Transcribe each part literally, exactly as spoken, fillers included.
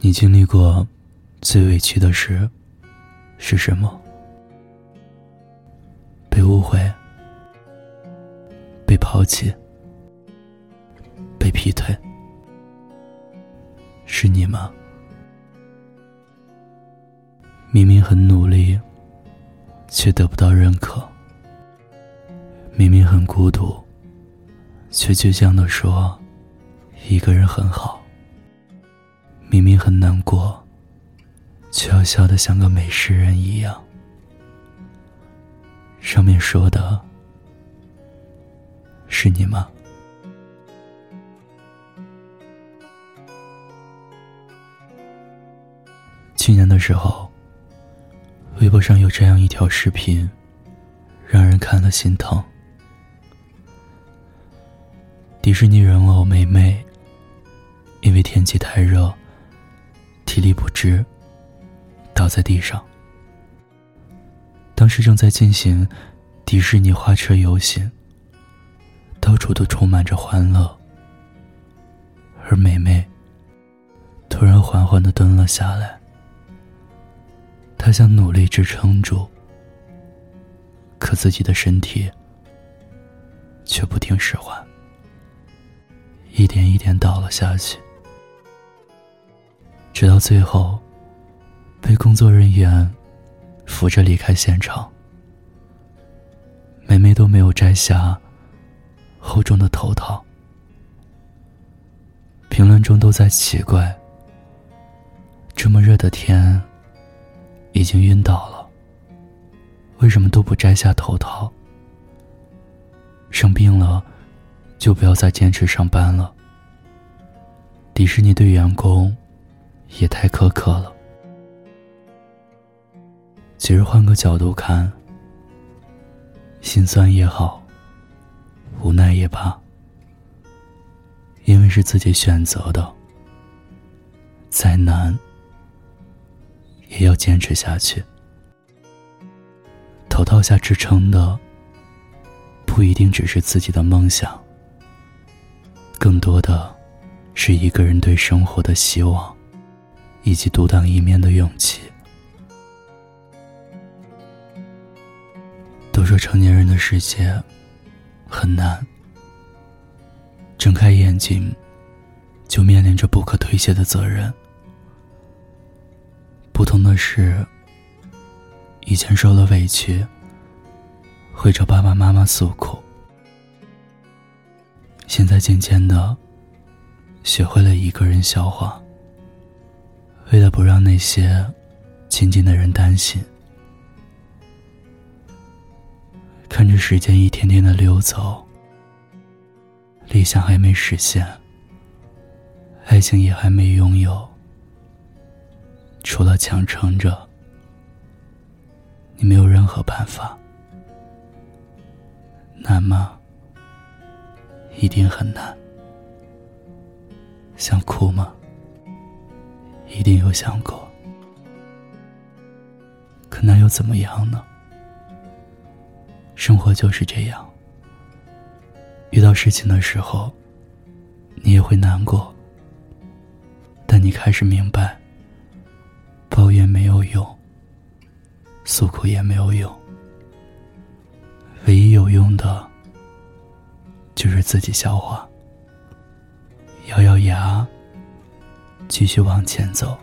你经历过最委屈的事是什么？被误会，被抛弃，被劈腿，是你吗？明明很努力，却得不到认可；明明很孤独，却倔强地说一个人很好；明明很难过，却要笑得像个美诗人一样。上面说的是你吗？去年的时候，微博上有这样一条视频，让人看了心疼。迪士尼人偶美美因为天气太热，体力不支，倒在地上。当时正在进行迪士尼花车游行，到处都充满着欢乐，而美美突然缓缓地蹲了下来。她想努力支撑住，可自己的身体却不听使唤，一点一点倒了下去，直到最后被工作人员扶着离开现场。美美都没有摘下厚重的头套。评论中都在奇怪，这么热的天，已经晕倒了，为什么都不摘下头套？生病了就不要再坚持上班了。迪士尼对员工也太苛刻了。其实换个角度看，心酸也好，无奈也罢，因为是自己选择的，再难也要坚持下去。头套下支撑的不一定只是自己的梦想，更多的是一个人对生活的希望，以及独当一面的勇气。都说成年人的世界很难，睁开眼睛就面临着不可推卸的责任。不同的是，以前受了委屈会找爸爸妈妈诉苦，现在渐渐的学会了一个人消化。为了不让那些亲近的人担心，看着时间一天天的溜走，理想还没实现，爱情也还没拥有，除了强撑着，你没有任何办法。难吗？一定很难。想哭吗？一定有想过。可那又怎么样呢？生活就是这样，遇到事情的时候，你也会难过，但你开始明白，抱怨没有用，诉苦也没有用，唯一有用的就是自己消化，咬咬牙，继续往前走。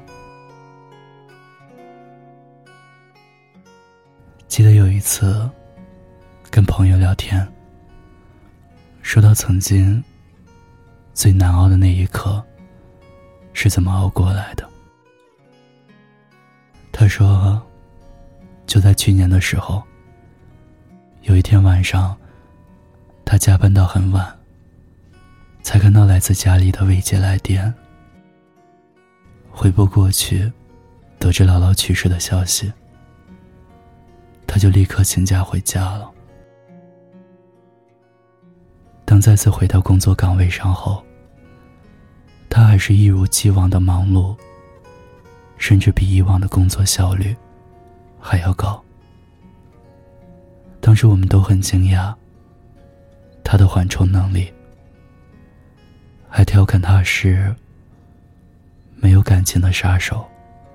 记得有一次跟朋友聊天，说到曾经最难熬的那一刻是怎么熬过来的。他说，就在去年的时候，有一天晚上，他加班到很晚，才看到来自家里的未接来电。回拨过去，得知姥姥去世的消息，他就立刻请假回家了。当再次回到工作岗位上后，他还是一如既往的忙碌，甚至比以往的工作效率还要高。当时我们都很惊讶他的缓冲能力，还调侃他是没有感情的杀手。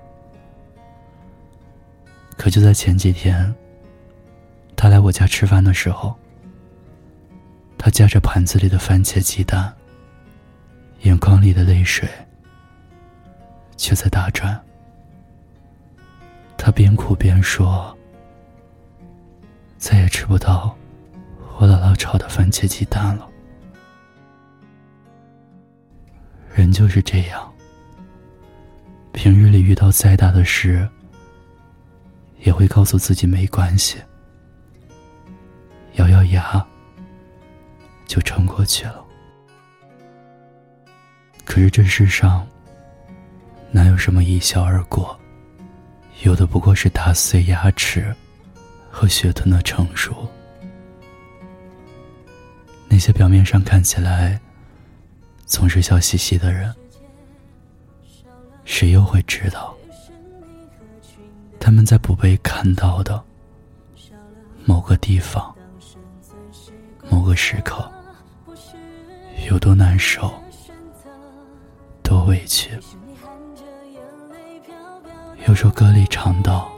可就在前几天，他来我家吃饭的时候，他夹着盘子里的番茄鸡蛋，眼眶里的泪水却在打转。他边哭边说，再也吃不到我姥姥炒的番茄鸡蛋了。人就是这样，平日里遇到再大的事，也会告诉自己没关系，咬咬牙就撑过去了。可是这世上哪有什么一笑而过，有的不过是打碎牙齿和血吞的成熟。那些表面上看起来总是笑嘻嘻的人，谁又会知道他们在不被看到的某个地方某个时刻有多难受多委屈。有首歌里唱到，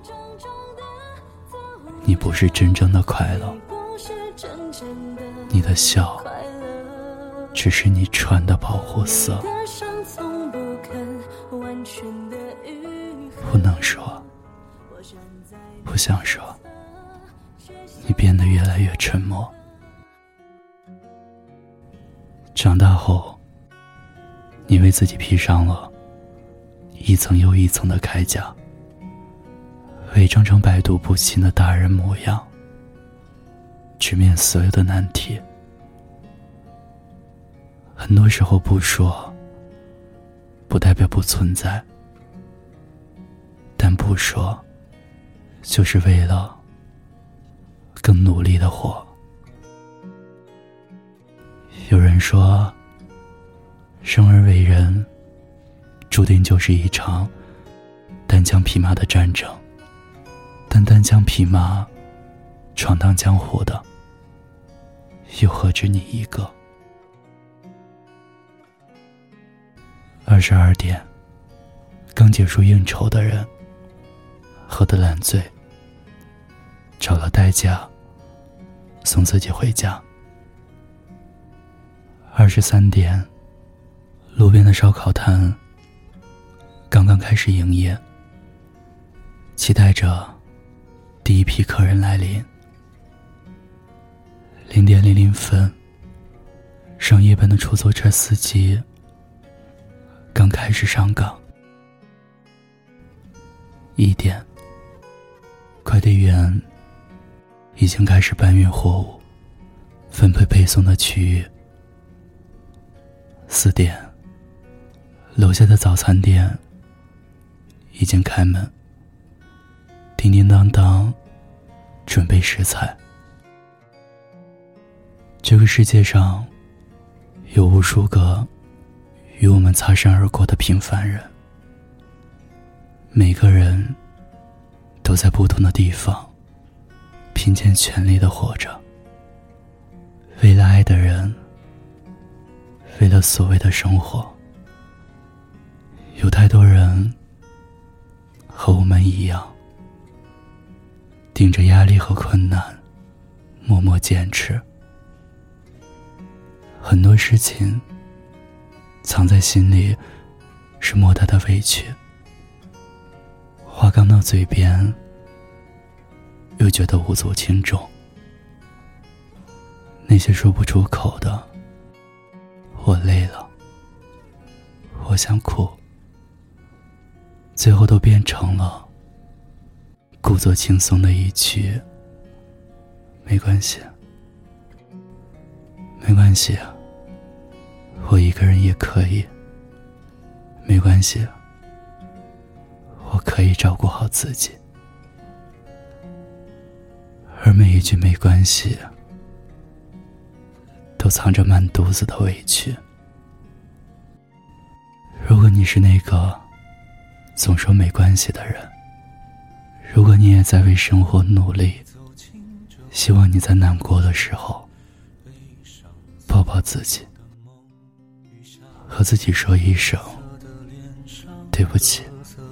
你不是真正的快乐，你的笑只是你穿的保护色。不能说，不想说，你变得越来越沉默。长大后，你为自己披上了一层又一层的铠甲，伪装成百毒不侵的大人模样，直面所有的难题。很多时候不说，不代表不存在，但不说，就是为了更努力的活。有人说，生而为人，注定就是一场单枪匹马的战争，但单枪匹马闯荡江湖的，又何止你一个？二十二点，刚结束应酬的人，喝得烂醉，找了代驾送自己回家。二十三点，路边的烧烤摊刚刚开始营业，期待着第一批客人来临。零点零零分，上夜班的出租车司机刚开始上岗。一点，快递员已经开始搬运货物，分配配送的区域。四点，楼下的早餐店已经开门，叮叮当当准备食材。这个世界上有无数个与我们擦身而过的平凡人，每个人都在不同的地方拼尽全力地活着，为了爱的人，为了所谓的生活。有太多人和我们一样，顶着压力和困难默默坚持。很多事情藏在心里是莫大的委屈，话刚到嘴边又觉得无足轻重。那些说不出口的，我累了，我想哭，最后都变成了故作轻松的一句没关系，没关系，我一个人也可以，没关系，我可以照顾好自己。而每一句没关系都藏着满肚子的委屈。如果你是那个总说没关系的人，如果你也在为生活努力，希望你在难过的时候抱抱自己，和自己说一声对对不起，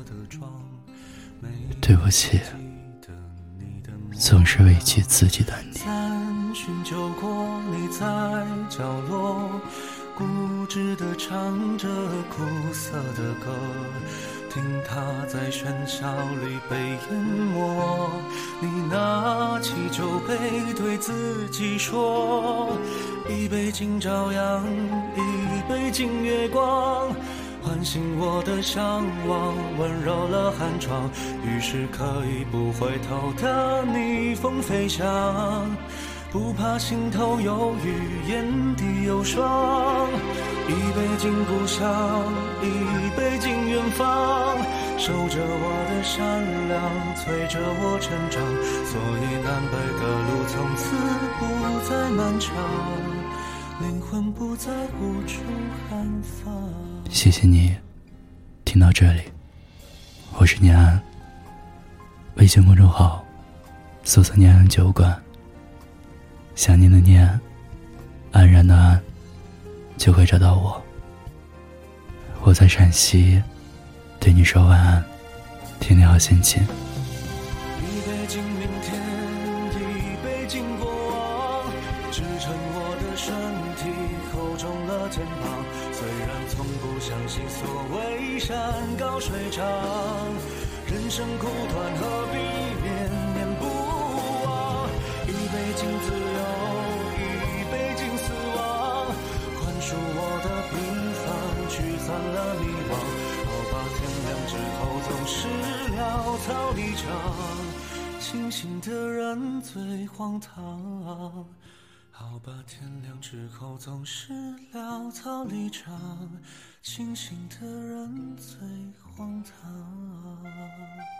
对不起，总是委屈自己的你。 寻求过你在角落，固执地唱着苦涩的歌，听它在喧嚣里被淹没。你拿起酒杯对自己说，一杯敬朝阳，一杯敬月光，唤醒我的向往，温柔了寒窗，于是可以不回头的逆风飞翔，不怕心头有雨，眼底有霜。一杯敬故乡，一杯敬远方，守着我的善良，催着我成长，所以南北的路从此不再漫长，灵魂不再无处安放。 谢谢你听到这里，我是念安，微信公众号搜索念安酒馆，想念的念，安然的安，就会找到我。我在陕西对你说晚安，天天好心情。 一杯敬明天，一杯敬过往，支撑我的身体，厚重了肩膀，虽然从不相信所谓山高水长，人生苦短何必念念不忘。一杯敬自由，一杯敬死亡，宽恕我的平凡，驱散了迷惘。好吧，天亮之后总是潦草离场，清醒的人最荒唐。好吧，天亮之后总是潦草离场，清醒的人最荒唐。